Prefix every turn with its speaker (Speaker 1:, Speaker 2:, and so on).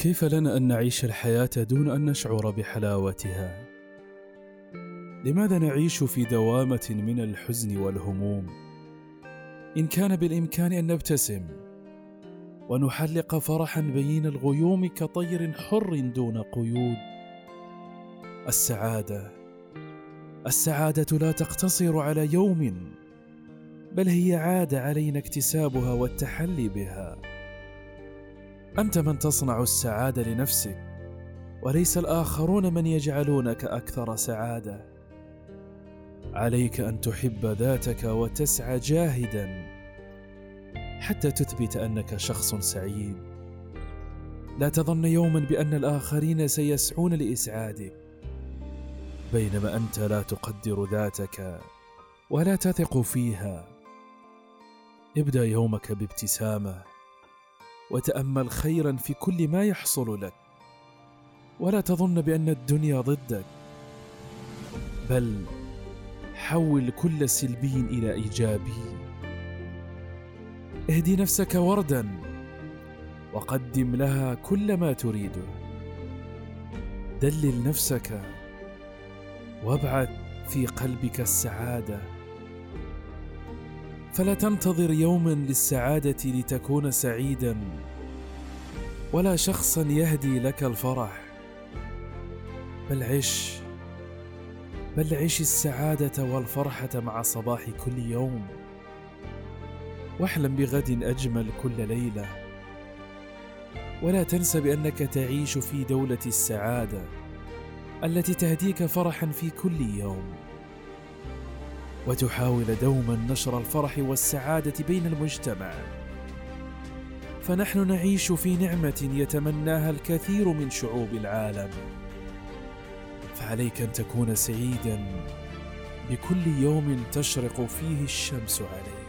Speaker 1: كيف لنا أن نعيش الحياة دون أن نشعر بحلاوتها؟ لماذا نعيش في دوامة من الحزن والهموم؟ إن كان بالإمكان أن نبتسم ونحلق فرحا بين الغيوم كطير حر دون قيود. السعادة لا تقتصر على يوم، بل هي عادة علينا اكتسابها والتحلي بها. أنت من تصنع السعادة لنفسك، وليس الآخرون من يجعلونك أكثر سعادة. عليك أن تحب ذاتك وتسعى جاهدا حتى تثبت أنك شخص سعيد. لا تظن يوما بأن الآخرين سيسعون لإسعادك، بينما أنت لا تقدر ذاتك ولا تثق فيها. ابدأ يومك بابتسامة، وتأمل خيرا في كل ما يحصل لك، ولا تظن بأن الدنيا ضدك، بل حول كل سلبي إلى إيجابي. اهدي نفسك وردا وقدم لها كل ما تريده. دلل نفسك وابعث في قلبك السعادة، فلا تنتظر يوما للسعادة لتكون سعيدا، ولا شخصا يهدي لك الفرح، بل عش السعادة والفرحة مع صباح كل يوم، واحلم بغد أجمل كل ليلة. ولا تنس بأنك تعيش في دولة السعادة التي تهديك فرحا في كل يوم، وتحاول دوما نشر الفرح والسعادة بين المجتمع، فنحن نعيش في نعمة يتمناها الكثير من شعوب العالم. فعليك أن تكون سعيدا بكل يوم تشرق فيه الشمس عليك.